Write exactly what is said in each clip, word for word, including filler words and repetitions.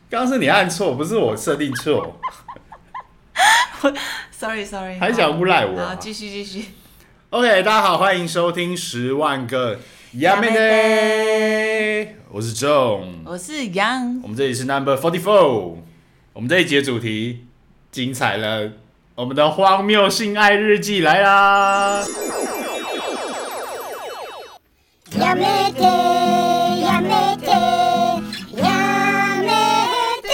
刚刚是你按错，不是我设定错。 sorry sorry， 还想诬赖我、啊？ 好，继续继续。 OK， 大家好，欢迎收听十万个亚美内，我是仲， 我是杨， 我们这里是 Number Forty Four， 我们这一节主题精彩了，我们的荒谬性爱日记来啦！ やめてやめてやめて。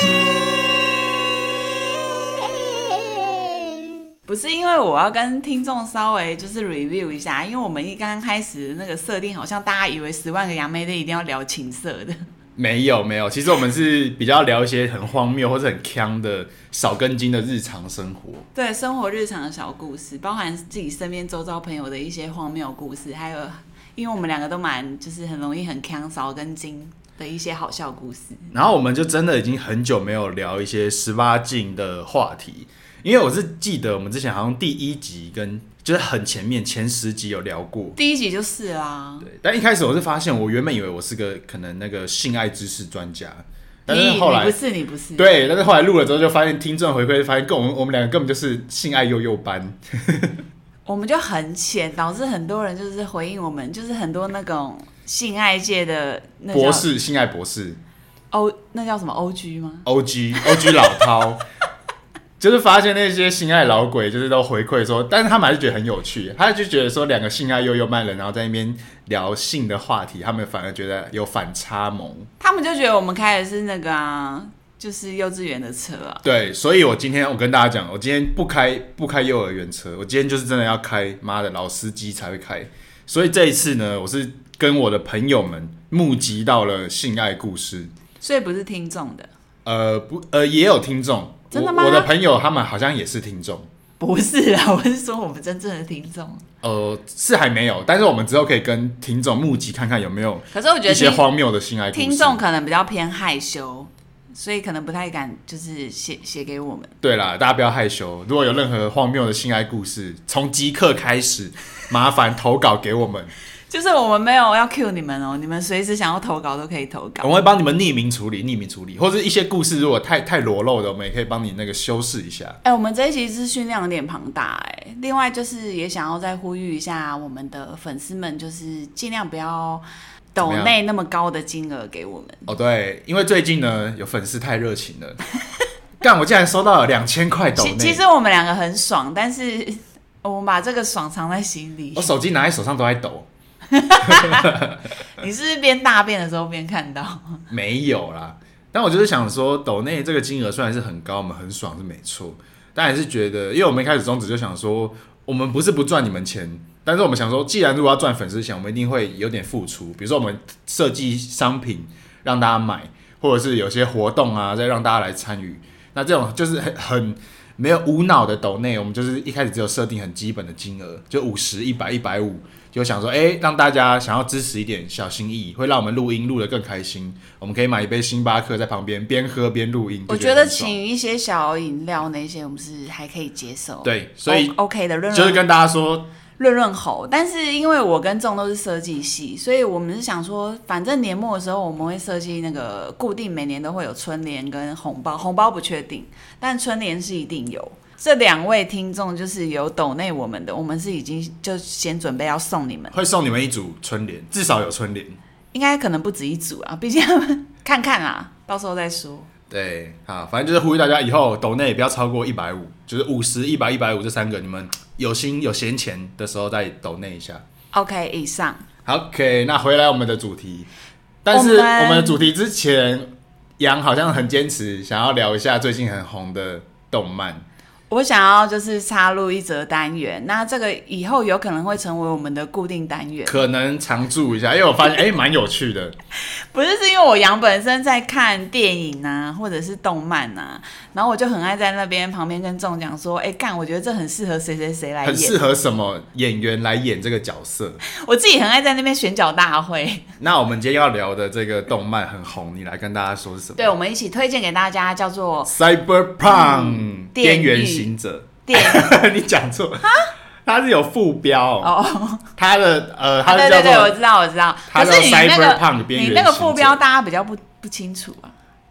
不是因为我要跟听众稍微就是 review 一下，因为我们一刚刚开始的那个设定，好像大家以为十万个杨妹妹一定要聊情色的。 没有没有，其实我们是比较聊一些很荒谬或者很鏘的少根筋的日常生活。 对，生活日常的小故事，包含自己身边周遭朋友的一些荒谬故事，还有因为我们两个都蛮就是很容易很鏘少根筋的一些好笑故事。 然后我们就真的已经很久没有聊一些十八禁的话题，因为我是记得我们之前好像第一集跟就是很前面前十集有聊过， 第一集就是啦。 对，但一开始我是发现，我原本以为我是个可能那个性爱知识专家，但是后来你不是你不是对，但是后来录了之后就发现听众回馈发现，跟我们我们两个根本就是性爱幼幼班。 我们就很浅，导致很多人就是回应我们，就是很多那种性爱界的那博士，性爱博士 O 那叫什么 O G 吗 ？O G O G 老饕。就是发现那些性爱老鬼，就是都回馈说，但是他们还是觉得很有趣。他就觉得说，两个性爱幼幼班人，然后在那边聊性的话题，他们反而觉得有反差萌。 他们就觉得我们开的是那个啊，就是幼稚园的车啊。 对，所以我今天我跟大家讲，我今天不开不开幼儿园车，我今天就是真的要开妈的老司机才会开。所以这一次呢，我是跟我的朋友们募集到了性爱故事， 所以不是听众的。 呃不呃也有听众。 真的吗？ 我, 我的朋友他们好像也是听众， 不是啊，我是说我们真正的听众。 呃，是还没有，但是我们之后可以跟听众募集看看有没有。 可是我觉得一些荒谬的性爱故事， 听众可能比较偏害羞，所以可能不太敢就是写写给我们。 对啦，大家不要害羞，如果有任何荒谬的性爱故事，从即刻开始，麻烦投稿给我们。 就是我们没有要 cue 你们哦，你们随时想要投稿都可以投稿， 我们会帮你们匿名处理，匿名处理，或者一些故事如果太太裸露的，我们也可以帮你那个修饰一下。 哎、欸，我们这一集资讯量有点庞大哎。另外就是也想要再呼吁一下我们的粉丝们，就是尽量不要抖内那么高的金额给我们。 哦，对，因为最近呢有粉丝太热情了，干我竟然收到了两千块抖内。 其实我们两个很爽，但是我们把这个爽藏在心里。 我手机拿在手上都在抖。 你是不是边大便的时候边看到？ 没有啦，但我就是想说，抖内这个金额虽然是很高，我们很爽是没错，但还是觉得，因为我们一开始宗旨就想说，我们不是不赚你们钱，但是我们想说，既然如果要赚粉丝钱，我们一定会有点付出，比如说我们设计商品让大家买，或者是有些活动啊，再让大家来参与。那这种就是很很没有无脑的抖内，我们就是一开始只有设定很基本的金额，就五十、一百、一百五。就想说，哎、欸，让大家想要支持一点小心意，会让我们录音录得更开心。我们可以买一杯星巴克在旁边边喝边录音。 我觉得请一些小饮料那些，我们是还可以接受。 对，所以 OK 的， 就是跟大家说润润喉。但是因为我跟仲都是设计系，所以我们是想说，反正年末的时候我们会设计那个固定，每年都会有春联跟红包，红包不确定，但春联是一定有。这两位听众就是有抖内我们的，我们是已经就先准备要送你们， 会送你们一组春联，至少有春联， 应该可能不止一组啊，毕竟他们看看啦，到时候再说。 对啊，反正就是呼吁大家以后抖内也不要超过一百五，就是五十、一百、一百五这三个，你们有心有闲钱的时候再抖内一下。 OK， 以上。 OK， 那回来我们的主题，但是我们的主题之前，杨好像很坚持想要聊一下最近很红的动漫。 我想要就是插入一则单元，那这个以后有可能会成为我们的固定单元， 可能常驻一下，因为我发现哎蛮有趣的。 不是，是因为我杨本身在看电影啊，或者是动漫啊，然后我就很爱在那边旁边跟仲讲说，哎干，我觉得这很适合谁谁谁来演， 很适合什么演员来演这个角色。 我自己很爱在那边选角大会。那我们今天要聊的这个动漫很红，你来跟大家说是什么？ 对，我们一起推荐给大家，叫做 Cyberpunk、 嗯、 边缘行者。你讲错，它是有副标哦。它的呃，它是叫做、啊、 对对对，我知道我知道。 它叫 Cyberpunk 边缘行者。 你那个副标大家比较不不清楚啊。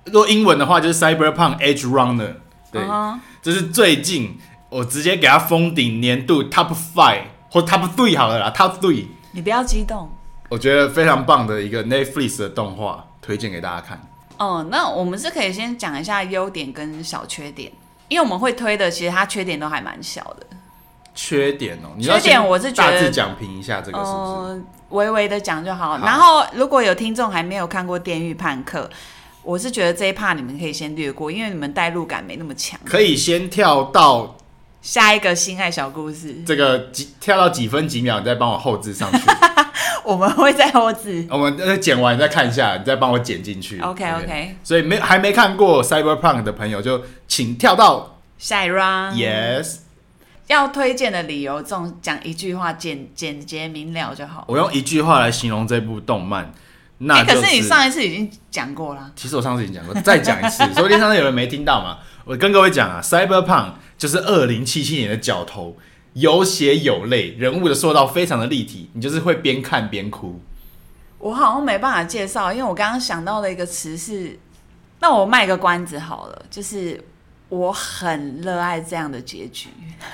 如果英文的话就是 Cyberpunk Edge Runner， 对，这、uh huh. 是最近我直接给他封顶年度 Top Five 或 Top Three 好了啦 ，Top Three。 你不要激动。 我觉得非常棒的一个 Netflix 的动画，推荐给大家看。 哦，那我们是可以先讲一下优点跟小缺点，因为我们会推的，其实它缺点都还蛮小的。 缺点哦，你缺点我是觉得大致讲评一下这个是不是？呃， 微微的讲就好。好，然后如果有听众还没有看过《电狱判客》，我是觉得这一 part 你们可以先略过，因为你们代入感没那么强。 可以先跳到下一个性爱小故事。 这个几跳到几分几秒，你再帮我后置上去。 我们会再后置， 我们剪完你再看一下，你再帮我剪进去。 OK OK。 所以没还没看过 Cyberpunk 的朋友，就请跳到下一 round。 Yes。 要推荐的理由，这种讲一句话简简洁明了就好。 我用一句话来形容这部动漫，那就是、 欸、可是你上一次已经讲过了。 其实我上次已经讲过，再讲一次，说不定上次有人没听到嘛。我跟各位讲啊 ，Cyberpunk 就是二零七七年的角头，有血有泪，人物的塑造非常的立体，你就是会边看边哭。 我好像没办法介绍，因为我刚刚想到的一个词是，那我卖个关子好了，就是我很热爱这样的结局。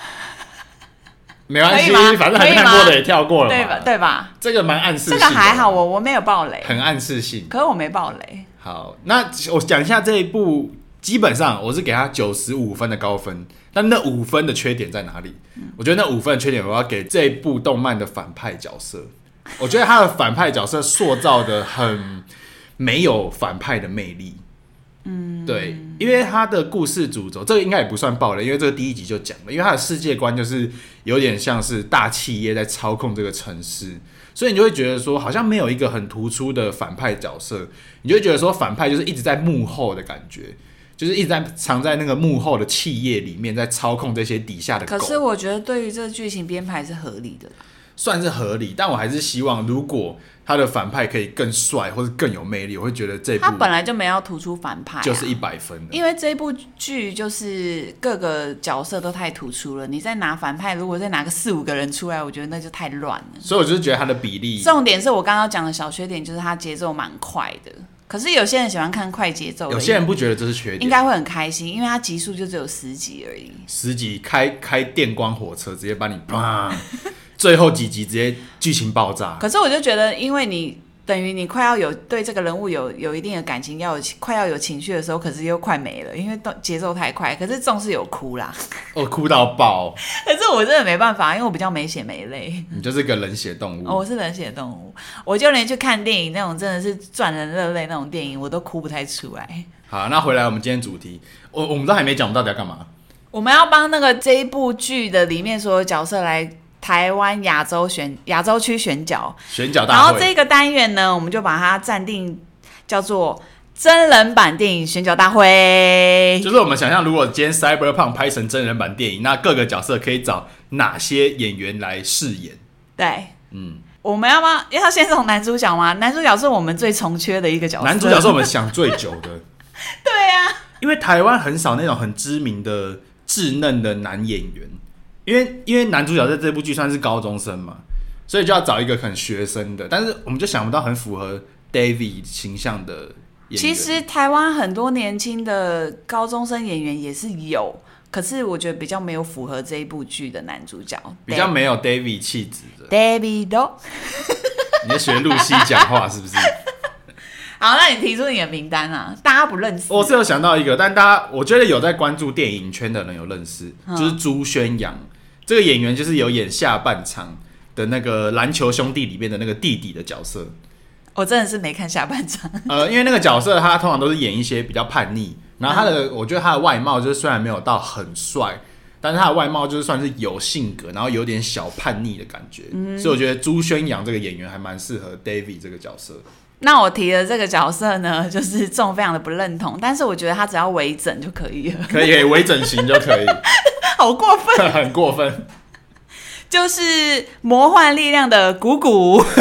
没关系，反正还没看过的也跳过了嘛， 对吧？对吧？ 这个蛮暗示性的， 这个还好，我我没有爆雷， 很暗示性。 可是我没爆雷。 好，那我讲一下这一部，基本上我是给他九十五分的高分，但那五分的缺点在哪里？嗯、我觉得那五分的缺点，我要给这一部动漫的反派角色。我觉得他的反派角色塑造的很没有反派的魅力。嗯，对，因为他的故事主轴，这个应该也不算爆雷，因为这个第一集就讲了，因为他的世界观就是有点像是大企业在操控这个城市，所以你就会觉得说，好像没有一个很突出的反派角色，你就会觉得说，反派就是一直在幕后的感觉，就是一直在藏在那个幕后的企业里面，在操控这些底下的狗。 可是我觉得对于这个剧情编排是合理的， 算是合理，但我还是希望如果他的反派可以更帅或者更有魅力，我会觉得这部他本来就没要突出反派、啊， 就是一百分的。 因为这部剧就是各个角色都太突出了，你再拿反派，如果再拿个四五个人出来，我觉得那就太乱了。 所以我就是觉得他的比例， 重点是我刚刚讲的小缺点，就是他节奏蛮快的。可是有些人喜欢看快节奏的， 有些人不觉得这是缺点， 应该会很开心，因为他集数就只有十集而已。 十集开开电光火车，直接把你啪，最后几集直接剧情爆炸。 可是我就觉得，因为你等于你快要有对这个人物有有一定的感情，要有快要有情绪的时候，可是又快没了，因为节奏太快。可是总是有哭啦， 我、哦、哭到爆。 可是我真的没办法，因为我比较没血没泪。 你就是个冷血动物。 哦，我是冷血动物，我就连去看电影那种真的是赚人热泪那种电影，我都哭不太出来。 好，那回来我们今天主题，我我们都还没讲，我们到底要干嘛？ 我们要帮那个这一部剧的里面所有角色来台湾亚洲选亚洲区选角， 选角大会。 然后这个单元呢，我们就把它暂定叫做真人版电影选角大会。 就是我们想象，如果今天 Cyberpunk 拍成真人版电影，那各个角色可以找哪些演员来饰演？ 对，嗯，我们要不要要先从男主角吗？男主角是我们最重缺的一个角色， 男主角是我们想最久的。 对啊， 因为台湾很少那种很知名的稚嫩的男演员。因为因为男主角在这部剧算是高中生嘛，所以就要找一个很学生的，但是我们就想不到很符合 David 形象的演员。 其实台湾很多年轻的高中生演员也是有，可是我觉得比较没有符合这一部剧的男主角， 比较没有 David 气质的。 David， 你在学露西讲话是不是？ 好，那你提出你的名单啊，大家不认识。 我是有想到一个，但大家我觉得有在关注电影圈的人有认识，嗯、就是朱宣阳。这个演员就是有演下半场的那个篮球兄弟里面的那个弟弟的角色。 我真的是没看下半场。 呃，因为那个角色他通常都是演一些比较叛逆，然后他的、嗯、我觉得他的外貌就是虽然没有到很帅，但是他的外貌就是算是有性格，然后有点小叛逆的感觉。嗯、所以我觉得朱宣阳这个演员还蛮适合 David 这个角色。 那我提的这个角色呢，就是众非常的不认同，但是我觉得他只要微整就可以了。可以，微整形就可以。 好过分， 很过分。 就是魔幻力量的谷谷，因为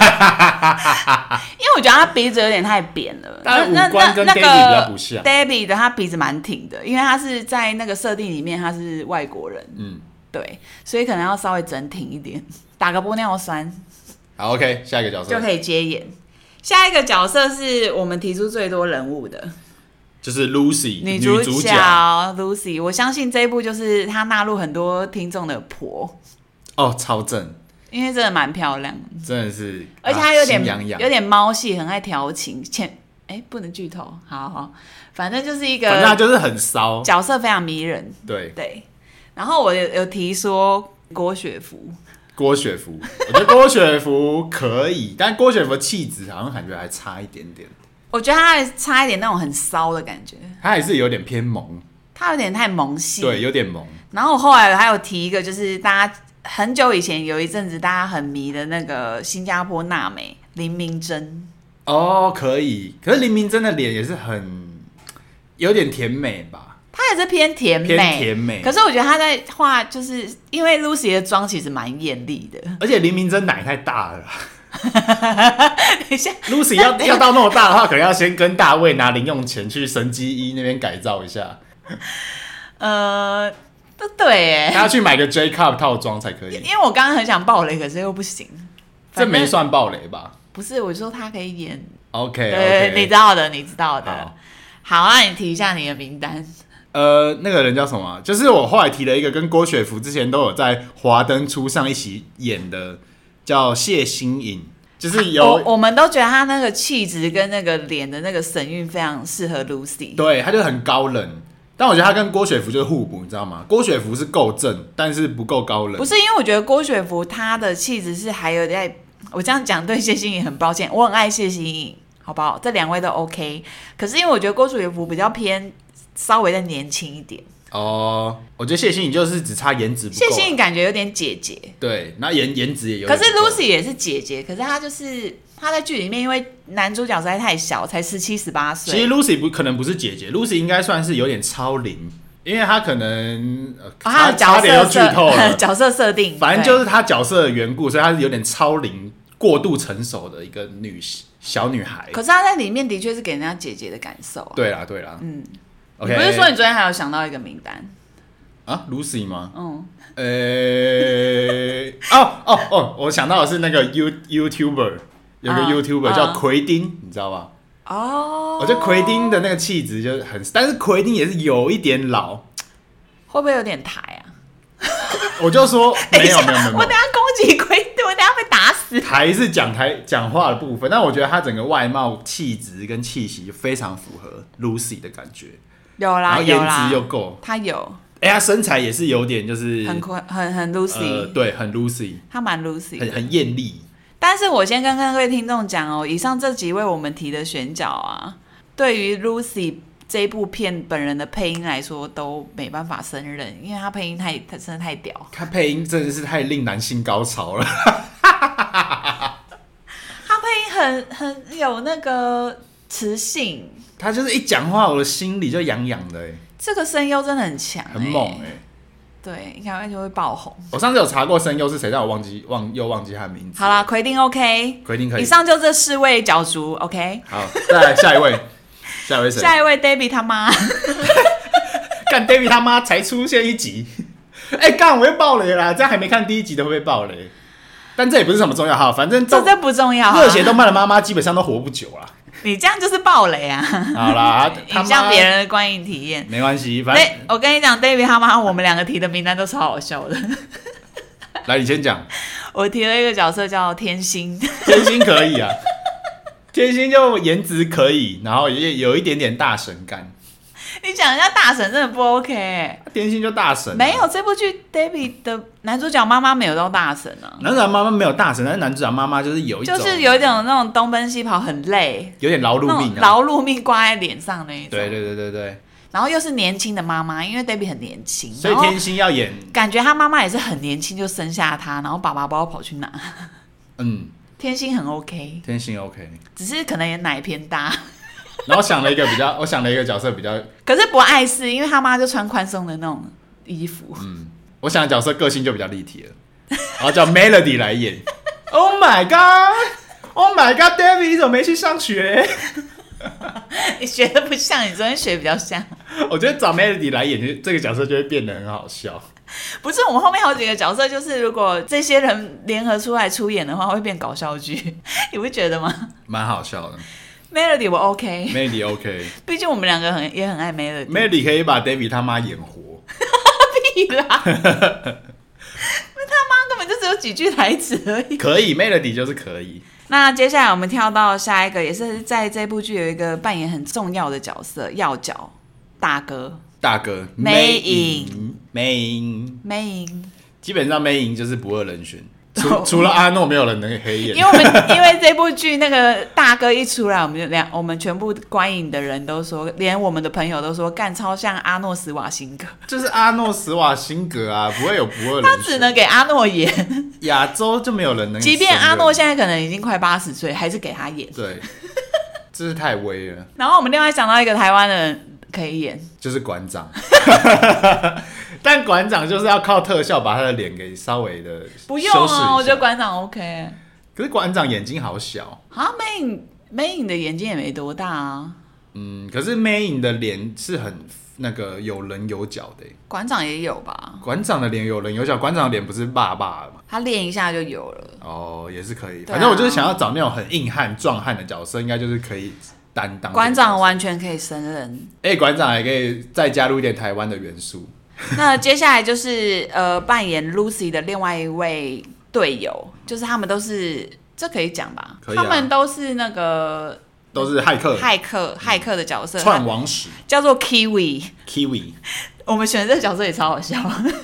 我觉得他鼻子有点太扁了， 但五官跟 David 比较不像。 David 的他鼻子蛮挺的，因为他是在那个设定里面他是外国人，嗯，对，所以可能要稍微整挺一点，打个玻尿酸。 好 ，OK， 下一个角色就可以接演。下一个角色是我们提出最多人物的。 就是 Lucy 女主主角 Lucy， 我相信这一部就是她纳入很多听众的婆哦，超正， 因为真的蛮漂亮， 真的是， 而且她有点、 啊、心痒痒有点猫系，很爱调情。前哎不能剧透，好好，反正就是一个， 反正她就是很骚， 角色非常迷人。 对对，然后我有有提说郭雪芙。 郭雪芙，我觉得郭雪芙可以，但郭雪芙的气质好像感觉还差一点点。 我觉得她还差一点那种很骚的感觉， 她还是有点偏萌， 她有点太萌系， 对，有点萌。 然后我后来还有提一个，就是大家很久以前有一阵子大家很迷的那个新加坡娜美林明珍。 哦，可以，可是林明珍的脸也是很有点甜美吧？ 她也是偏甜美， 偏甜美。 可是我觉得她在画，就是因为 Lucy 的妆其实蛮艳丽的， 而且林明珍奶太大了。 等一下 ，Lucy 要要到那么大的话，可能要先跟大卫拿零用钱去神机一那边改造一下。 呃，都对耶， 他要去买个 J Cup 套装才可以。 因为我刚刚很想爆雷，可是又不行。 这没算爆雷吧？ 不是，我说他可以演。 OK， 对， okay 你知道的，你知道的。 好， 好，那你提一下你的名单。 呃，那个人叫什么？就是我后来提了一个跟郭雪芙之前都有在华灯初上一起演的，叫谢欣颖，就是有我我们都觉得他那个气质跟那个脸的那个神韵非常适合 Lucy。 对，他就很高冷，但我觉得他跟郭雪芙就是互补，你知道吗？郭雪芙是够正，但是不够高冷。 不是，因为我觉得郭雪芙她的气质是还有在，我这样讲对谢欣颖很抱歉，我很爱谢欣颖，好不好？这两位都 OK。可是因为我觉得郭雪芙比较偏稍微再年轻一点。 哦，我觉得谢欣颖就是只差颜值不够、啊。 谢欣颖感觉有点姐姐， 对，那颜颜值也有可是点不够。 Lucy 也是姐姐，可是她就是她在剧里面，因为男主角实在太小，才十七十八岁。 其实 Lucy 不可能不是姐姐 ，Lucy 应该算是有点超龄，因为她可能、呃哦、她的角差点又色剧透了， 角色设定， 反正就是她角色的缘故，所以她是有点超龄、过度成熟的一个女小女孩。 可是她在里面的确是给人家姐姐的感受、啊。 对啦，对啦， 嗯。 OK， 你不是说你昨天还有想到一个名单啊 ？Lucy 吗？ 嗯。 呃、欸，哦哦哦，我想到的是那个 You YouTuber， 有个 YouTuber、uh, 叫奎丁， uh, 你知道吧？ 哦、oh ， 我觉得奎丁的那个气质就是很，但是奎丁也是有一点老， 会不会有点台啊？ 我就说没有没有没有， 我等一下攻击奎丁，我等一下被打死。 台是讲台讲话的部分，但我觉得他整个外貌、气质跟气息非常符合 Lucy 的感觉， 有啦， 然后颜值又够， 他有。 哎、欸，他身材也是有点就是很很很 Lucy，、 呃、对，很 Lucy， 他蛮 Lucy， 很很艳丽。 但是我先跟各位听众讲哦，以上这几位我们提的选角啊，对于 Lucy 这一部片本人的配音来说都没办法胜任，因为他配音太他真的太屌， 他配音真的是太令男性高潮了。 他配音很很有那个磁性， 他就是一讲话，我的心里就痒痒的哎。 这个声优真的很强， 很猛哎。 对，应该就会爆红。 我上次有查过声优是谁，但我忘记忘又忘记他的名字。 好啦，奎丁 OK， 奎丁可以。 以上就这四位角逐 OK。 好，再来下一位，下一位谁？ 下一位 David 他妈。 干 David 他妈才出现一集，哎、欸、干我会爆雷啦！这样还没看第一集的会不会爆雷？但这也不是什么重要哈，反正这这不重要、啊。 热血动漫的妈妈基本上都活不久啦。 你这样就是爆雷啊！ 好啦， 影响别人的观影体验。 没关系，反正我跟你讲 ，David 他妈，我们两个提的名单都超好笑的。 来，你先讲。 我提了一个角色叫天心， 天心可以啊，天心就颜值可以，然后也有一点点大神感。 你讲人家大神真的不 OK，、欸、 天心就大神、啊。 没有这部剧 ，David 的男主角妈妈没有到大神啊。 男主角妈妈没有大神，但是男主角妈妈就是有一种， 就是有一种那种东奔西跑很累， 有点劳碌命、啊， 劳碌命挂在脸上那一种。 对对对对对。 然后又是年轻的妈妈，因为 David 很年轻， 所以天心要演， 感觉他妈妈也是很年轻就生下他，然后爸爸不知道跑去哪。 嗯， 天心很 OK， 天心 OK， 只是可能也奶偏大。 然后想了一个比较，我想了一个角色比较， 可是不碍事，因为他妈就穿宽松的那种衣服。 嗯，我想的角色个性就比较立体了，然后叫 Melody 来演。Oh my god！Oh my god！David 你怎么没去上学？ 你学的不像，你昨天学比较像。 我觉得找 Melody 来演这个角色就会变得很好笑。 不是，我们后面好几个角色，就是如果这些人联合出来出演的话，会变搞笑剧，你不觉得吗？ 蛮好笑的。 Melody 我 OK， Melody OK， 毕竟我们两个很也很爱 Melody。 Melody 可以把 David 他妈演活， 屁啦！那他妈根本就只有几句台词而已。 可以 Melody 就是可以。 那接下来我们跳到下一个，也是在这部剧有一个扮演很重要的角色，要角大哥。 大哥 Mei Ying Mei Mei Ying， 基本上 Mei Ying 就是不二人选，除除了阿诺，没有人能黑眼。 因为我们因为这部剧那个大哥一出来，我们就两我们全部观影的人都说，连我们的朋友都说，干超像阿诺斯瓦辛格， 就是阿诺斯瓦辛格啊，不会有不二人选。 他只能给阿诺演， 亚洲就没有人能。 即便阿诺现在可能已经快八十岁，还是给他演。 对，这是太威了。 然后我们另外想到一个台湾的人可以演， 就是馆长。但馆长就是要靠特效把他的脸给稍微的不用修饰一下啊，我觉得馆长 OK。 可是馆长眼睛好小啊，May May 的眼睛也没多大啊。 嗯，可是 May 的脸是很那个有棱有角的。 馆长也有吧？ 馆长的脸有棱有角，馆长的脸不是爸爸吗？ 他练一下就有了。 哦，也是可以。 啊反正我就是想要找那种很硬汉、壮汉的角色，应该就是可以担当。 馆长完全可以胜任。 哎、欸，馆长还可以再加入一点台湾的元素。 那接下来就是呃，扮演 Lucy 的另外一位队友，就是他们都是，这可以讲吧？ 可以啊。 他们都是那个都是骇客， 骇客，骇客的角色， 串王史， 叫做 Kiwi。 Kiwi， 我们选的这个角色也超好笑。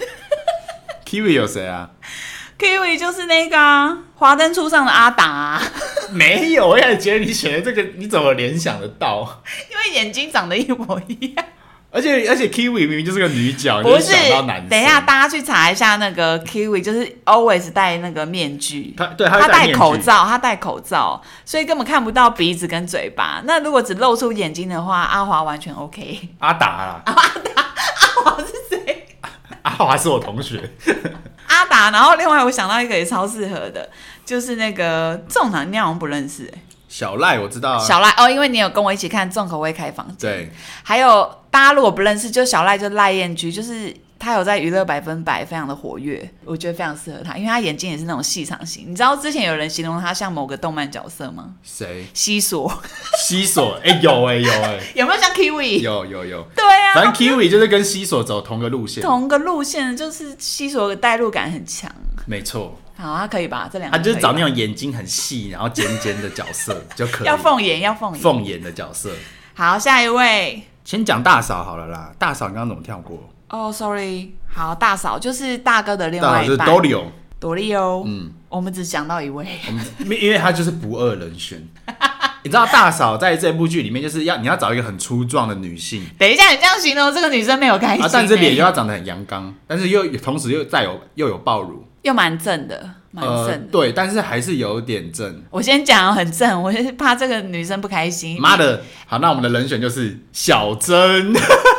Kiwi 有谁啊 ？Kiwi 就是那个啊，华灯初上的阿达、啊。 没有，我也觉得你选的这个，你怎么联想得到？ 因为眼睛长得一模一样。 而且而且 Kiwi 明明就是个女角， 不是？ 想到男生等一下，大家去查一下那个 Kiwi， 就是 always 戴那个面具， 他对他他戴面具口罩，他戴口罩，所以根本看不到鼻子跟嘴巴。那如果只露出眼睛的话，阿华完全 OK。 阿达啦， 阿达，阿华是谁？ 阿华是我同学。 阿达，然后另外我想到一个也超适合的，就是那个仲堂，你好像不认识哎、欸。 小赖我知道、啊， 小赖哦，因为你有跟我一起看重口味开房间。 对， 还有大家如果不认识，就小赖就赖燕居，就是他有在娱乐百分百非常的活跃，我觉得非常适合他，因为他眼睛也是那种细长型。你知道之前有人形容他像某个动漫角色吗？ 谁？ 西索。 西索，哎、欸、有哎、欸、有哎、欸， 有没有像 Kiwi？ 有有有。 对啊， 反正 Kiwi 就是跟西索走同个路线， 同个路线，就是西索的代入感很强。 没错。 好，他可以吧？这两个他就是找那种眼睛很细，然后尖尖的角色就可以。 要凤眼，要凤眼， 凤眼的角色。 好，下一位， 先讲大嫂好了啦。大嫂你刚刚怎么跳过？ 哦、oh, ，sorry。好，大嫂就是大哥的另外一半， 大嫂就是多利欧。 多利欧， 嗯， 我们只讲到一位， 我们因为他就是不二人选。你知道大嫂在这部剧里面就是要你要找一个很粗壮的女性。 等一下，你这样形容这个女生没有开心、欸， 啊，但是脸又要长得很阳刚，但是又同时又带有又有爆乳， 又蛮正的，蛮正的、呃。 对，但是还是有点正。 我先讲很正，我是怕这个女生不开心。 妈的，好，那我们的人选就是小珍。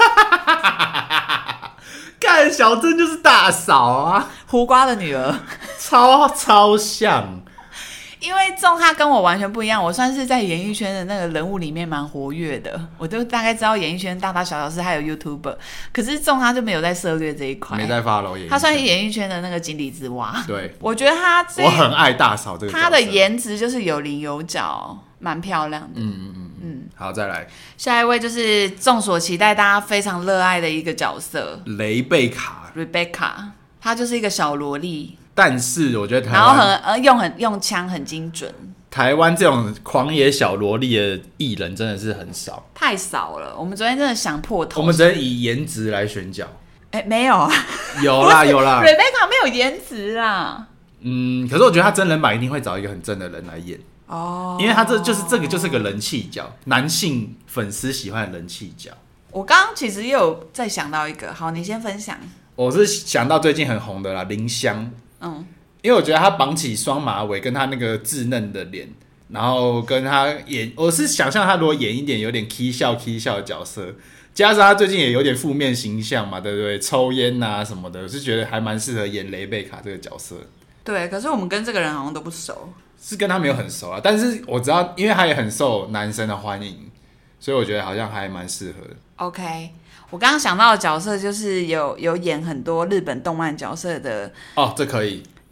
干，小珍就是大嫂啊， 胡瓜的女儿， 超超像。 因为仲他跟我完全不一样，我算是在演艺圈的那个人物里面蛮活跃的，我都大概知道演艺圈大大小小事，还有 YouTuber。可是仲他就没有在涉猎这一块， 没在 follow 演艺圈， 他算是演艺圈的那个井底之蛙。 对， 我觉得他我很爱大嫂这个角色， 他的颜值就是有棱有角，蛮漂亮的。 嗯嗯嗯嗯。好，再来下一位就是众所期待、大家非常热爱的一个角色雷贝卡 Rebecca， 她就是一个小萝莉。 但是我觉得台湾， 然后很呃用很用枪很精准。 台湾这种狂野小萝莉的艺人真的是很少， 太少了。我们昨天真的想破头， 我们只能以颜值来选角。 哎、欸，没有啊， 有啦有啦 ，Rebecca 没有颜值啦。 嗯，可是我觉得他真人版一定会找一个很正的人来演哦， 因为他这就是这个就是个人气角，男性粉丝喜欢的人气角。 我刚刚其实也有再想到一个，好，你先分享。 我是想到最近很红的啦，林香。 嗯， 因为我觉得他绑起双马尾，跟他那个稚嫩的脸，然后跟他演，我是想象他如果演一点有点 k 笑 k 笑的角色，加上他最近也有点负面形象嘛，对不对？抽烟啊什么的，我是觉得还蛮适合演雷贝卡这个角色。 对，可是我们跟这个人好像都不熟， 是跟他没有很熟啊，但是我知道，因为他也很受男生的欢迎，所以我觉得好像还蛮适合的。 OK。我刚刚想到的角色就是有有演很多日本动漫角色的哦，这可以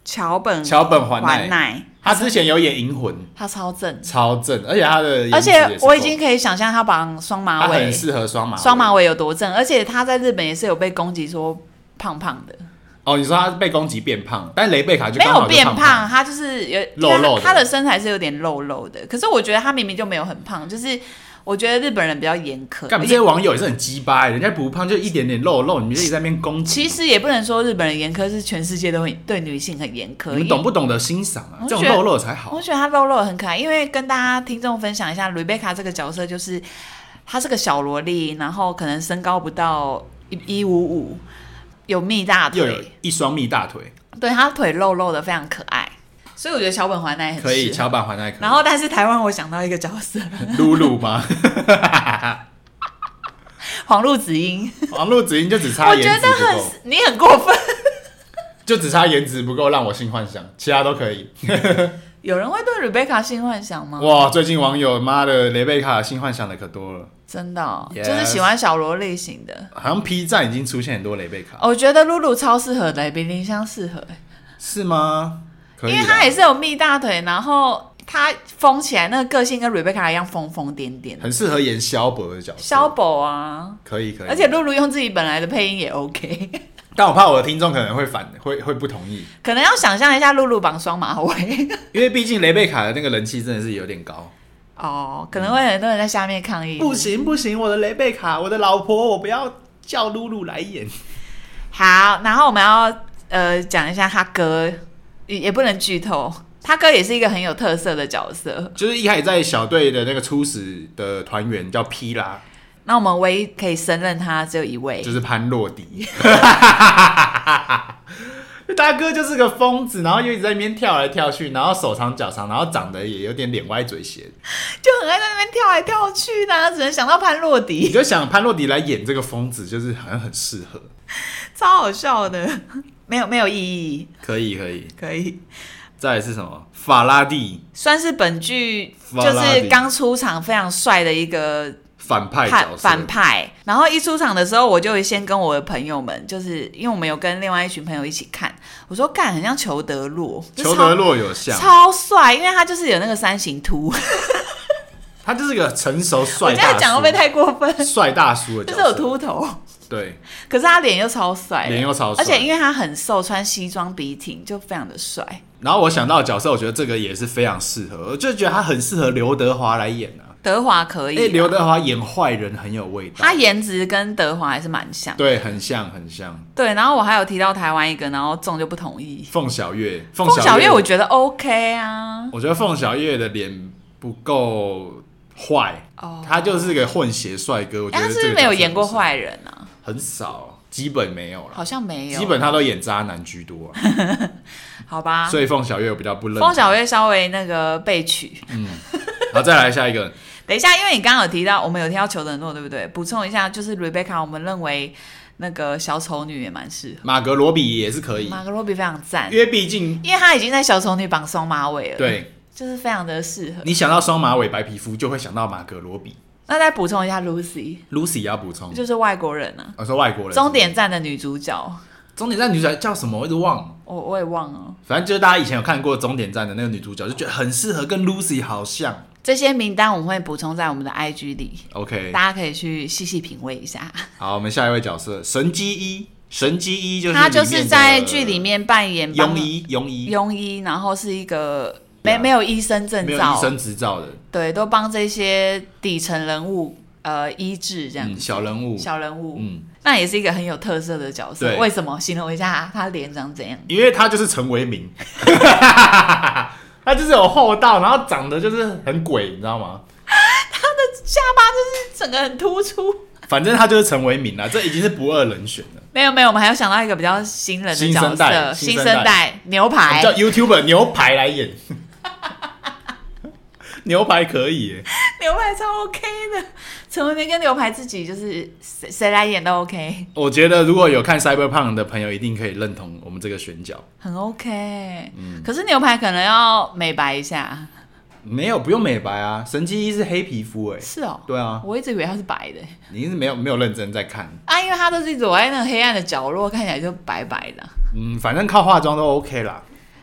桥本桥本环奈， 奈他之前有演《银魂》， 他超正， 超正，而且他的而且我已经可以想象他绑双马尾， 他很适合双马尾， 双马尾有多正，而且他在日本也是有被攻击说胖胖的。 哦，你说他被攻击变胖，但雷贝卡就没刚好有变就胖胖， 他就是有肉肉的他的身材是有点肉肉的，可是我觉得他明明就没有很胖，就是我觉得日本人比较严苛。 干，这些网友也是很鸡巴，人家不胖就一点点肉肉，你们就一直在那边攻击。 其实也不能说日本人严苛，是全世界都很对女性很严苛。 你们懂不懂得欣赏啊？这种肉肉才好。 我觉得他肉肉很可爱，因为跟大家听众分享一下，Rebecca 这个角色就是她是个小萝莉，然后可能身高不到一五五，有蜜大腿， 又有一双蜜大腿， 对，她腿肉肉的，非常可爱。所以我觉得桥本环奈很可以， 适合桥本环奈可以。 然后，但是台湾我想到一个角色， 露露吗？ 黄鹿子英， 黄鹿子英就只差我颜值觉得很不够， 你很过分。 就只差颜值不够让我性幻想，其他都可以。 有人会对 Rebecca 性幻想吗？ 哇，最近网友妈的雷贝卡性幻想的可多了， 真的、哦 Yes 就是喜欢小萝莉型的。 好像 P 站已经出现很多雷贝卡， 我觉得露露超适合的，比林香适合， 是吗？可以啦， 因为她也是有蜜大腿，然后她疯起来那个个性跟 Rebecca 一样疯疯癫癫， 很适合演萧伯的角色。 萧宝啊， 可以可以， 而且露露用自己本来的配音也 OK。 但我怕我的听众可能会反，会会不同意， 可能要想象一下露露绑双马尾因为毕竟雷贝卡的那个人气真的是有点高。 哦，可能会很多人在下面抗议。 不行不行，我的雷贝卡，我的老婆，我不要叫露露来演。 好，然后我们要呃讲一下他哥，也也不能剧透，他哥也是一个很有特色的角色。 就是一开始在小队的那个初始的团员叫皮拉， 那我们唯一可以胜任他只有一位， 就是潘洛迪。大哥就是个疯子，然后又一直在那边跳来跳去，然后手长脚长，然后长得也有点脸歪嘴斜， 就很爱在那边跳来跳去的、啊，只能想到潘洛你迪， 就想潘洛迪来演这个疯子，就是好像很适合。 超好笑的，没有没有意义， 可以可以， 可以再来是什么？法拉第算是本剧法拉第就是刚出场非常帅的一个反派派角色， 反派，然后一出场的时候，我就会先跟我的朋友们，就是因为我们有跟另外一群朋友一起看，我说干很像裘德洛， 裘德洛有像， 超帅，因为他就是有那个三形秃， 他就是个成熟我帅大叔， 这样讲会不会太过分？ 帅大叔的角色， 就是有秃头， 对， 可是他脸又超帅， 脸又超帅， 而且因为他很瘦，穿西装笔挺，就非常的帅。 然后我想到的角色，我觉得这个也是非常适合，我就觉得他很适合刘德华来演啊。 德华可以、啊， 哎，刘德华演坏人很有味道， 他颜值跟德华还是蛮像， 对，很像很像。 对。然后我还有提到台湾一个，然后仲就不同意。 凤小岳， 凤小岳我觉得 OK 啊， 我觉得凤小岳的脸不够坏， 哦， 他就是个混血帅哥。我觉哎， 得他是不是没有演过坏人啊？ 很少，基本没有了， 好像没有， 基本他都演渣男居多、啊， 好吧。 所以凤小岳我比较不认。 凤小岳稍微那个被取。 嗯，好，再来下一个。 等一下，因为你刚刚有提到，我们有提到裘德诺，对不对？补充一下，就是 Rebecca， 我们认为那个小丑女也蛮适合， 马格罗比也是可以， 马格罗比非常赞， 因为毕竟因为她已经在小丑女绑双马尾了，， 对就是非常的适合。 你想到双马尾白皮肤，就会想到马格罗比。 那再补充一下 Lucy， Lucy 也要补充， 就是外国人啊， 我说外国人。 终点站的女主角， 终点站女主角叫什么？我一直忘了。 我我也忘了。 反正就是大家以前有看过终点站的那个女主角，就觉得很适合跟 Lucy 好像。 这些名单我们会补充在我们的 I G 里 OK， 大家可以去细细品味一下。 好，我们下一位角色神机一，神机一就是他就是在剧里面扮演庸医，庸医， 庸医，然后是一个没没有医生证照， 没有医生执照的， 对，都帮这些底层人物呃医治这样子、 嗯，小人物， 小人物， 嗯， 那也是一个很有特色的角色。 对为什么？形容一下他脸长怎样？ 因为他就是陈为民，他就是有厚道，然后长得就是很鬼，你知道吗？ 下巴就是整个很突出。 反正他就是陈为民啦，这已经是不二人选了。 没有没有，我们还有想到一个比较新人的角新生代色，新新生代生代牛我们排叫 YouTuber 牛排来演，牛排可以耶， 牛排超 OK 的，陈为民跟牛排自己就是谁谁来演都 OK， 我觉得如果有看 Cyberpunk 的朋友，一定可以认同我们这个选角。 很 OK。 嗯可是牛排可能要美白一下。 没有，不用美白啊，神机一是黑皮肤哎。 是哦， 对啊， 我一直以为他是白的你是没有没有认真在看。 啊，因为他都是躲在那个黑暗的角落，看起来就白白的。 嗯，反正靠化妆都 OK 啦。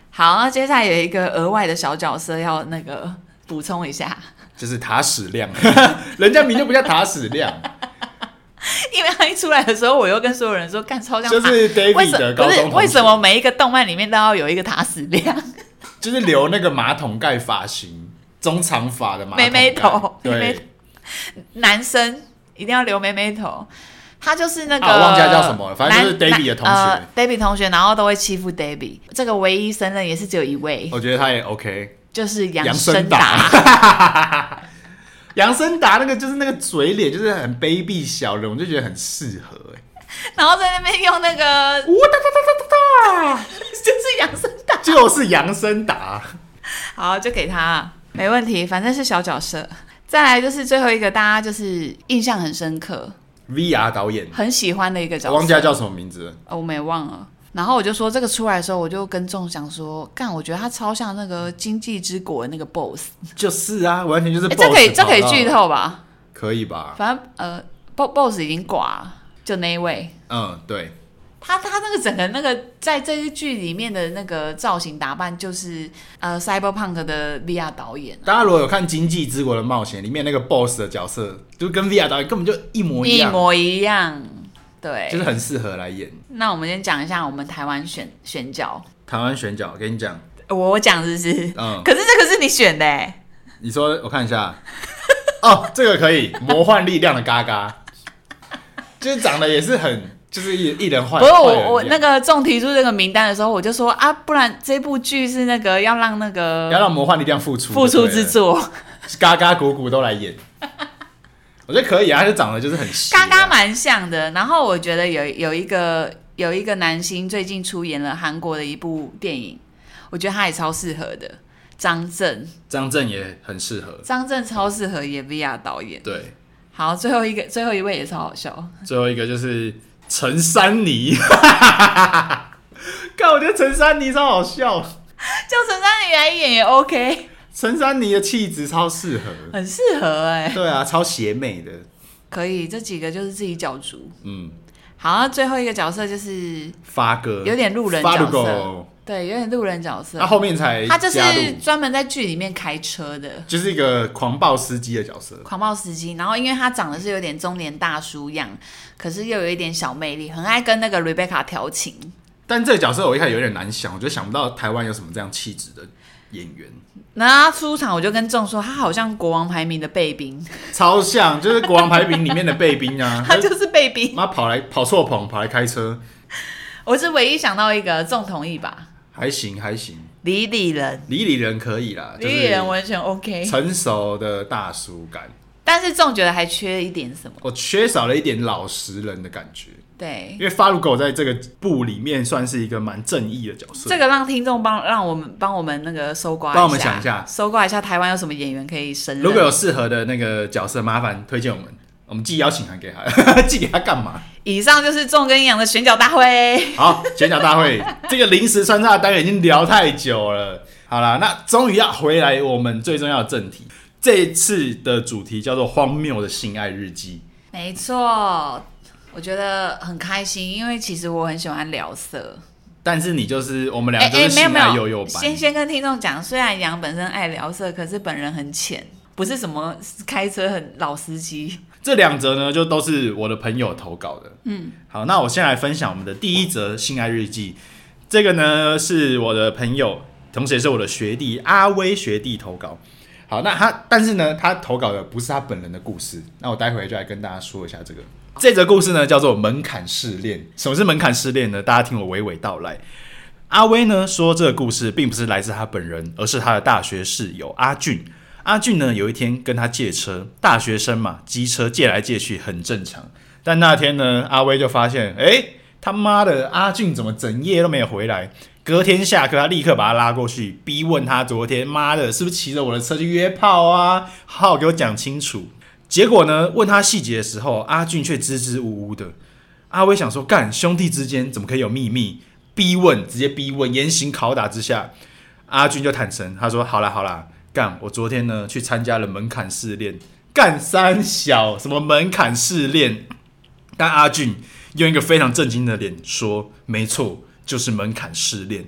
好，那接下来有一个额外的小角色要那个补充一下， 就是塔矢亮，人家名就不叫塔矢亮。 因为他一出来的时候，我又跟所有人说，干超像塔， 就是 David 的高中同学。 不是为什么每一个动漫里面都要有一个塔矢亮？ 就是留那个马桶盖发型，中长发的马桶盖， 妹妹头， 对， 妹妹男生一定要留妹妹头。他就是那个、 啊、我忘记他叫什么了，反正就是 David 的同学、呃、 ，David 同学，然后都会欺负 David。这个唯一胜任也是只有一位， 我觉得他也 OK， 就是杨森达。 杨森达那个就是那个嘴脸，就是很卑鄙小人，我就觉得很适合哎、 欸。然后在那边用那个， 哇哒哒哒哒哒， 就是杨森达， 就是杨森达。 好，就给他，没问题，反正是小角色。再来就是最后一个，大家就是印象很深刻 ，V R 导演很喜欢的一个角色， 我忘记他叫什么名字了， 哦，我们也忘了。然后我就说这个出来的时候，我就跟众讲说，干，我觉得他超像那个《经济之国》的那个 boss。 就是啊，完全就是 boss。 这可以，这可以剧透吧？ 可以吧？ 反正呃 ，boss 已经挂了，就那一位。 嗯，对。 他他那个整个那个在这一剧里面的那个造型打扮，就是呃 Cyberpunk 的 V R 导演、啊。 大家如果有看《经济之国的冒险》里面那个 boss 的角色，就跟 V R 导演根本就一模一样， 一模一样。对， 就是很适合来演。 那我们先讲一下我们台湾选选角。 台湾选角，我跟你讲， 我讲是不是？ 嗯。 可是这个是你选的哎。 你说，我看一下。哦，这个可以，魔幻力量的嘎嘎，就是长得也是很，就是一一人坏。 不是我，我那个仲提出这个名单的时候，我就说啊，不然这部剧是那个要让那个要让魔幻力量付出付出之作， 嘎嘎鼓鼓都来演。我觉得可以啊，他就长得就是很邪、啊， 嘎嘎蛮像的。然后我觉得有有一个有一个男星最近出演了韩国的一部电影，我觉得他也超适合的。张震， 张震也很适合， 张震超适合演 V R 导演。 对， 好，最后一个最后一位也超好笑。 最后一个就是陈珊妮，看我觉得陈珊妮超好笑， 叫陈珊妮来演也 OK。 陈珊妮的气质超适合， 很适合哎、欸。 对啊，超邪魅的。 可以，这几个就是自己角逐。 嗯， 好，那最后一个角色就是发哥， 有点路人角色，对，有点路人角色。 他后面才他就是专门在剧里面开车的， 就是一个狂暴司机的角色。 狂暴司机，然后因为他长得是有点中年大叔样，可是又有一点小魅力，很爱跟那个 Rebecca 调情。 但这个角色我一开始有点难想，我就想不到台湾有什么这样气质的演员。 然后他出场，我就跟仲说，他好像国王排名的备兵， 超像，就是国王排名里面的备兵啊。 他就是备兵， 妈跑来跑错棚，跑来开车。 我是唯一想到一个，仲同意吧？ 还行还行。 李李仁， 李李仁可以啦， 李李仁完全 OK， 成熟的大叔感。 但是仲觉得还缺一点什么？ 我缺少了一点老实人的感觉。 对， 因为法鲁狗在这个部里面算是一个蛮正义的角色。 这个让听众帮让我们帮我们那个搜刮一下， 帮我们想一下， 搜刮一下台湾有什么演员可以胜任。 如果有适合的那个角色，麻烦推荐我们，我们寄邀请函给他，寄给他干嘛？ 以上就是仲跟洋的选角大会。 好，选角大会这个临时穿插的单元已经聊太久了。好啦，那终于要回来我们最重要的正题。这一次的主题叫做荒谬的性爱日记。 没错。我觉得很开心，因为其实我很喜欢聊色， 但是你就是我们两个就是性爱幼幼班。 先先跟听众讲，虽然杨本身爱聊色，可是本人很浅，不是什么开车很老司机。 这两则呢，就都是我的朋友投稿的。嗯，好，那我先来分享我们的第一则性爱日记。这个呢是我的朋友，同时也是我的学弟阿威学弟投稿。好，那他但是呢，他投稿的不是他本人的故事，那我待会就来跟大家说一下这个。这则故事呢叫做门槛试炼。什么是门槛试炼呢？大家听我娓娓道来。阿威呢说这个故事并不是来自他本人，而是他的大学室友阿俊。阿俊呢有一天跟他借车，大学生嘛，机车借来借去很正常。但那天呢，阿威就发现，哎，他妈的，阿俊怎么整夜都没有回来？隔天下课，他立刻把他拉过去，逼问他昨天妈的是不是骑着我的车去约炮啊？好好给我讲清楚。结果呢，问他细节的时候，阿俊却支支吾吾的。阿威想说，干兄弟之间怎么可以有秘密？逼问，直接逼问，严刑拷打之下，阿俊就坦诚，他说：“好啦好啦，干，我昨天呢去参加了门槛试炼，干三小什么门槛试炼？”但阿俊用一个非常震惊的脸说：“没错，就是门槛试炼。”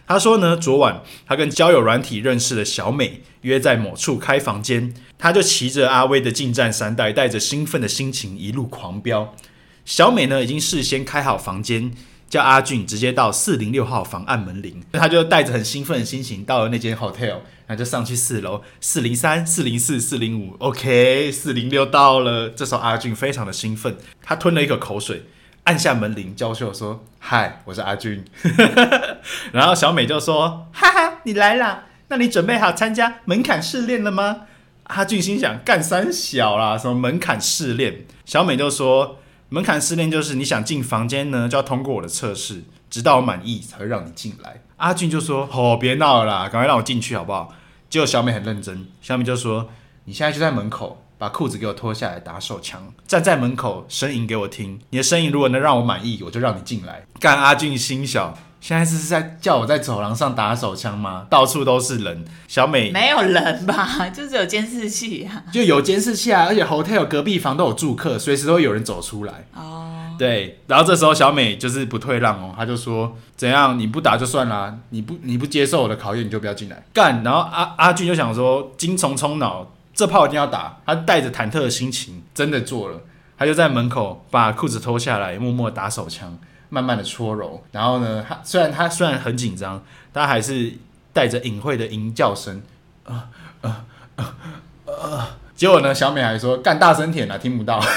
他说呢，昨晚他跟交友软体认识的小美约在某处开房间，他就骑着阿威的进站三代，带着兴奋的心情一路狂飙。小美呢已经事先开好房间，叫阿俊直接到四零六号房按门铃，他就带着很兴奋的心情到了那间 hotel， 然后就上去四楼，四零三、四零四、四零五 ，OK， 四零六到了。这时候阿俊非常的兴奋，他吞了一口口水。按下门铃，娇羞说：“嗨，我是阿俊。”然后小美就说：“哈哈，你来啦？那你准备好参加门槛试炼了吗？”阿俊心想：干三小啦，什么门槛试炼？小美就说：“门槛试炼就是你想进房间呢，就要通过我的测试，直到我满意才会让你进来。”阿俊就说：“哦，别闹了啦，赶快让我进去好不好？”结果小美很认真，小美就说：“你现在就在门口。”把裤子给我脱下来打手枪，站在门口呻吟给我听。你的呻吟如果能让我满意，我就让你进来。干阿俊心小，现在是在叫我在走廊上打手枪吗？到处都是人。小美没有人吧？就只有监视器啊。 就有监视器啊，而且 hotel 隔壁房都有住客，随时都会有人走出来。哦，对。然后这时候小美就是不退让哦，她就说：“怎样？你不打就算啦，你不你不接受我的考验，你就不要进来。”干。然后阿阿俊就想说，精虫充脑。这炮一定要打，他带着忐忑的心情真的做了，他就在门口把裤子脱下来，默默打手枪，慢慢的搓揉。然后呢，他虽然他虽然很紧张，但还是带着隐晦的吟叫声，呃呃呃呃。结果呢，小美还说干大声点啊，听不到。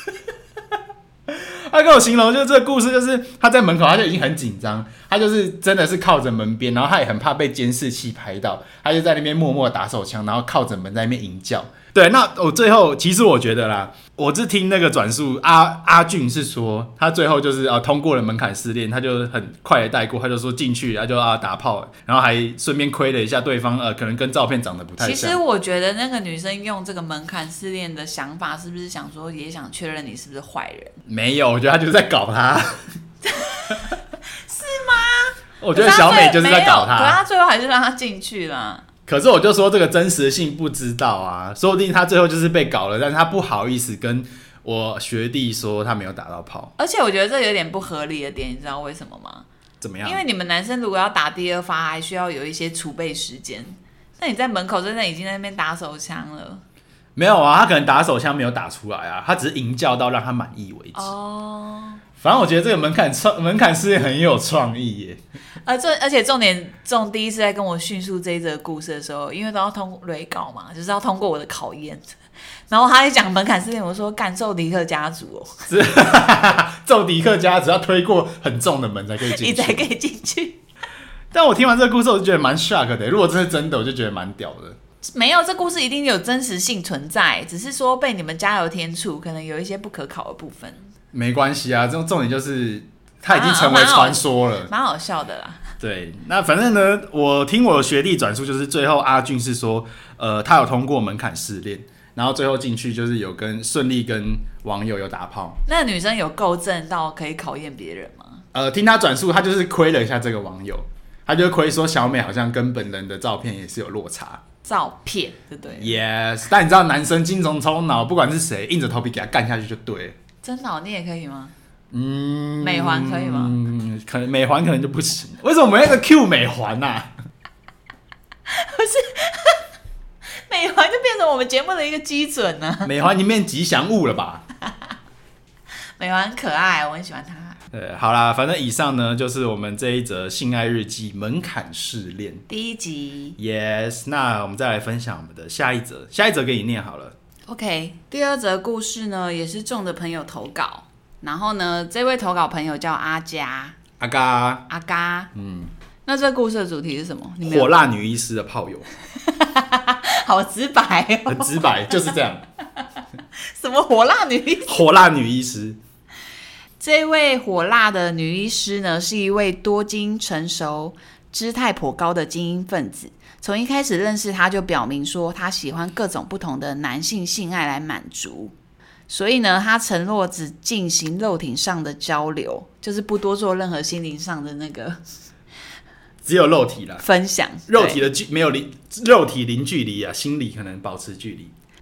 他跟我形容，就是这个故事，就是他在门口，他就已经很紧张，他就是真的是靠着门边，然后他也很怕被监视器拍到，他就在那边默默打手枪，然后靠着门在那边吟叫。对，那我最后其实我觉得啦，我是听那个转述，阿阿俊是说他最后就是啊通过了门槛试炼，他就很快的带过，他就说进去，他就啊打炮，然后还顺便亏了一下对方，呃，可能跟照片长得不太像。 其实我觉得那个女生用这个门槛试炼的想法，是不是想说也想确认你是不是坏人？ 没有，我觉得他就是在搞他。 是吗？ 我觉得小美就是在搞他， 可是他最后还是让他进去了。 可是我就说这个真实性不知道啊，说不定他最后就是被搞了，但是他不好意思跟我学弟说他没有打到炮。 而且我觉得这有点不合理的点，你知道为什么吗？ 怎么样？ 因为你们男生如果要打第二发，还需要有一些储备时间。那你在门口真的已经在那边打手枪了？ 没有啊，他可能打手枪没有打出来啊，他只是吟叫到让他满意为止。哦。反正我觉得这个门槛门槛试炼很有创意耶。 而这而且重点重第一次在跟我叙述这一则故事的时候，因为都要通雷稿嘛，就是要通过我的考验。然后他一讲门槛试炼，我说干揍迪克家族哦，揍迪克家族要推过很重的门才可以进去， 你才可以进去。 但我听完这个故事，我就觉得蛮 shock 的。如果这是真的，我就觉得蛮屌的。 没有，这故事一定有真实性存在，只是说被你们加油添醋，可能有一些不可考的部分。 没关系啊，这种重点就是它已经成为传说了， 蛮 好, 好笑的啦。 对，那反正呢，我听我学弟转述，就是最后阿俊是说，呃，他有通过门槛试炼，然后最后进去就是有跟顺利跟网友有打炮。 那女生有够正到可以考验别人吗？ 呃，听他转述，他就是亏了一下这个网友，他就亏说小美好像跟本人的照片也是有落差。 照片对不对 ？Yes， 但你知道男生精虫充脑，不管是谁，硬着头皮给他干下去就对了。 真的、哦，你也可以吗？ 嗯， 美环可以吗？ 嗯，可能美环可能就不行。为什么我们要 Q 美环啊？ 不是，美环就变成我们节目的一个基准呢、啊。 美环里面吉祥物了吧？ 美环很可爱，我很喜欢它。 对，好啦，反正以上呢就是我们这一则性爱日记门槛试炼第一集。 Yes， 那我们再来分享我们的下一则，下一则给你念好了。 OK， 第二则故事呢，也是众的朋友投稿，然后呢，这位投稿朋友叫阿佳， 阿嘎， 阿嘎，嗯，那这故事的主题是什么？你火辣女医师的炮友， 好直白哦， 很直白，就是这样。 什么火辣女医师？ 火辣女医师， 这位火辣的女医师呢，是一位多金、成熟、姿态颇高的精英分子。从一开始认识他就表明说他喜欢各种不同的男性性爱来满足，所以呢他承诺只进行肉体上的交流，就是不多做任何心灵上的那个只有肉体啦分享， 肉体的距没有离肉体零距离啊，心理可能保持距离。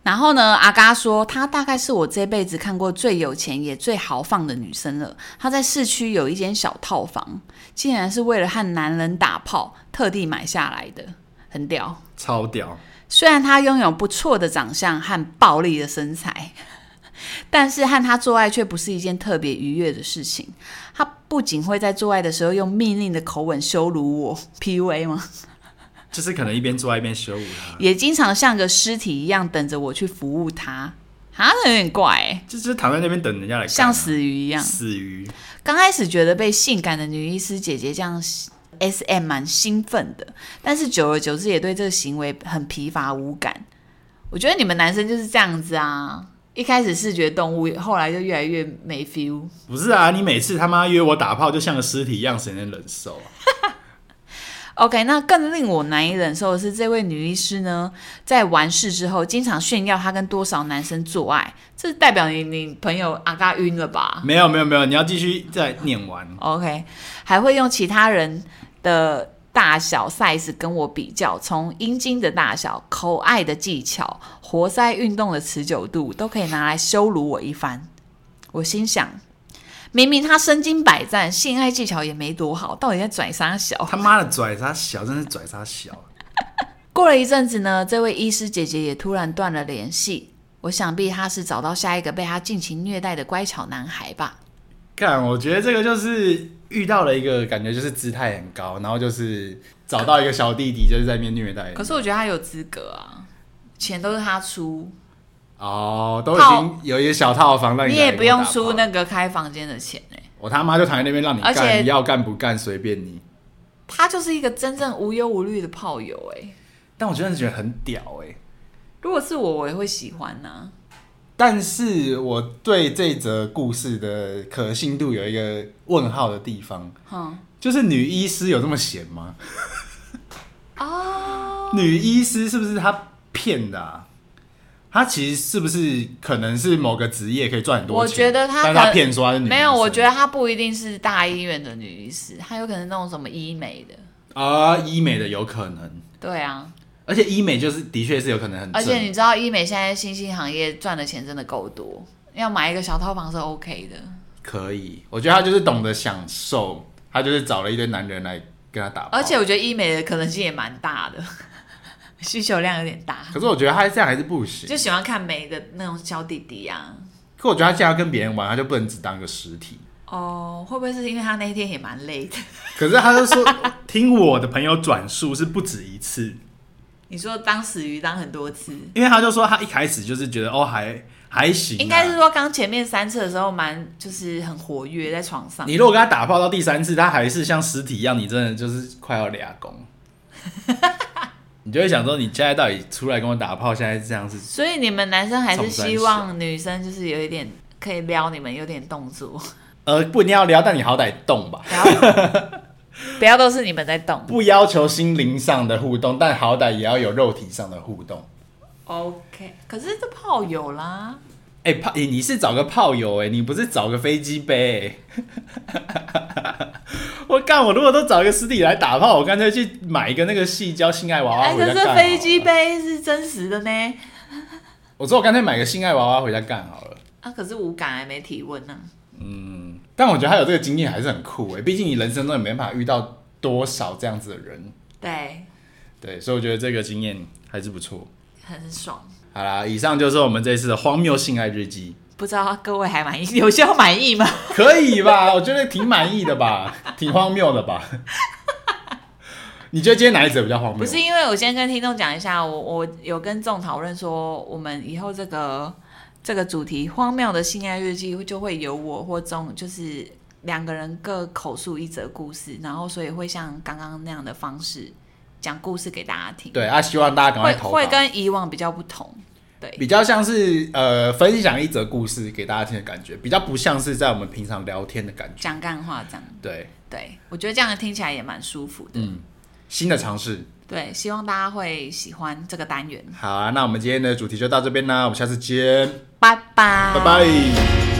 然后呢，阿嘎说，她大概是我这辈子看过最有钱也最豪放的女生了。她在市区有一间小套房，竟然是为了和男人打炮特地买下来的，很屌， 超屌。 虽然她拥有不错的长相和暴力的身材，但是和她做爱却不是一件特别愉悦的事情。她不仅会在做爱的时候用命令的口吻羞辱我 ，P U A 吗？ 就是可能一边做爱一边羞辱他， 也经常像个尸体一样等着我去服务他，啊，有点怪哎、欸， 就是躺在那边等人家来干、啊， 像死鱼一样。 死鱼。刚开始觉得被性感的女医师姐姐这样 S M 蛮兴奋的，但是久而久之也对这个行为很疲乏无感。我觉得你们男生就是这样子啊，一开始视觉动物，后来就越来越没 feel。 不是啊，你每次他妈约我打炮就像个尸体一样，谁能忍受啊？ OK， 那更令我难以忍受的是，这位女医师呢，在完事之后，经常炫耀她跟多少男生做爱，这代表你你朋友阿嘎晕了吧？ 没有没有没有，你要继续再念完。 OK， 还会用其他人的大小 size 跟我比较，从阴茎的大小、口爱的技巧、活塞运动的持久度，都可以拿来羞辱我一番。我心想，明明他身经百战，性爱技巧也没多好，到底在拽啥小？ 他妈的拽啥小，真是拽啥小。 过了一阵子呢，这位医师姐姐也突然断了联系。我想必她是找到下一个被她尽情虐待的乖巧男孩吧。 干，我觉得这个就是遇到了一个感觉就是姿态很高，然后就是找到一个小弟弟，就是在那边虐待。 可是我觉得他有资格啊，钱都是他出。 哦，都已经有一个小套房让你， 你也不用出那个开房间的钱哎、欸。 我他妈就躺在那边让你干， 而且你要干不干随便你。 他就是一个真正无忧无虑的炮友哎、欸。 但我真的觉得很屌哎、欸。 如果是我，我也会喜欢呐、啊。 但是我对这则故事的可信度有一个问号的地方，嗯，就是女医师有这么闲吗？哦，女医师是不是她骗的啊？她其实是不是可能是某个职业可以赚很多钱？ 我觉得她， 但是她骗说她是女医师。 没有，我觉得她不一定是大医院的女医师，她有可能那种什么医美的啊，医美的有可能。 对啊。 而且医美就是的确是有可能很正， 而且你知道医美现在新兴行业赚的钱真的够多，要买一个小套房是 OK 的。 可以，我觉得他就是懂得享受，他就是找了一堆男人来跟他打炮。 而且我觉得医美的可能性也蛮大的，需求量有点大。 可是我觉得他这样还是不行， 就喜欢看美的那种小弟弟啊。 可我觉得他这样跟别人玩，他就不能只当个实体。 哦，会不会是因为他那一天也蛮累的？ 可是他就说，听我的朋友转述是不止一次。 你说当死鱼当很多次， 因为他就说他一开始就是觉得哦还还行、啊， 应该是说刚前面三次的时候蛮就是很活跃在床上。 你如果跟他打炮到第三次，他还是像尸体一样，你真的就是快要俩公，你就会想说你现在到底出来跟我打炮，现在这样是？ 所以你们男生还是希望女生就是有一点可以撩你们，有点动作。 呃，不一定要撩，但你好歹动吧。 不要都是你们在动， 不要求心灵上的互动，但好歹也要有肉体上的互动。 OK， 可是这炮友啦， 哎、欸，炮、欸，你是找个炮友哎、欸，你不是找个飞机杯、欸。我干，我如果都找一个尸体来打炮，我干脆去买一个那个矽胶性爱娃娃回家干好了。 可是飞机杯是真实的呢。 我说我干脆买个性爱娃娃回家干好了。 啊，可是无感还没体温呢、啊。 嗯，但我觉得他有这个经验还是很酷哎、欸，毕竟你人生中也没办法遇到多少这样子的人。 对， 对，所以我觉得这个经验还是不错， 很爽。 好啦，以上就是我们这一次的荒谬性爱日记。 不知道各位还满意？有需要满意吗？ 可以吧，我觉得挺满意的吧，挺荒谬的吧。你觉得今天哪一则比较荒谬？ 不是，因为我先跟听众讲一下，我我有跟众讨论说，我们以后这个。这个主题荒谬的性爱日记就会由我或中，就是两个人各口述一则故事，然后所以会像刚刚那样的方式讲故事给大家听。 对啊，希望大家赶快投稿， 会会跟以往比较不同，对， 比较像是呃分享一则故事给大家听的感觉，比较不像是在我们平常聊天的感觉， 讲干话这样。 对对，我觉得这样听起来也蛮舒服的。 嗯，新的尝试。 对，希望大家会喜欢这个单元。 好啊，那我们今天的主题就到这边啦，我们下次见， 拜拜， 拜拜。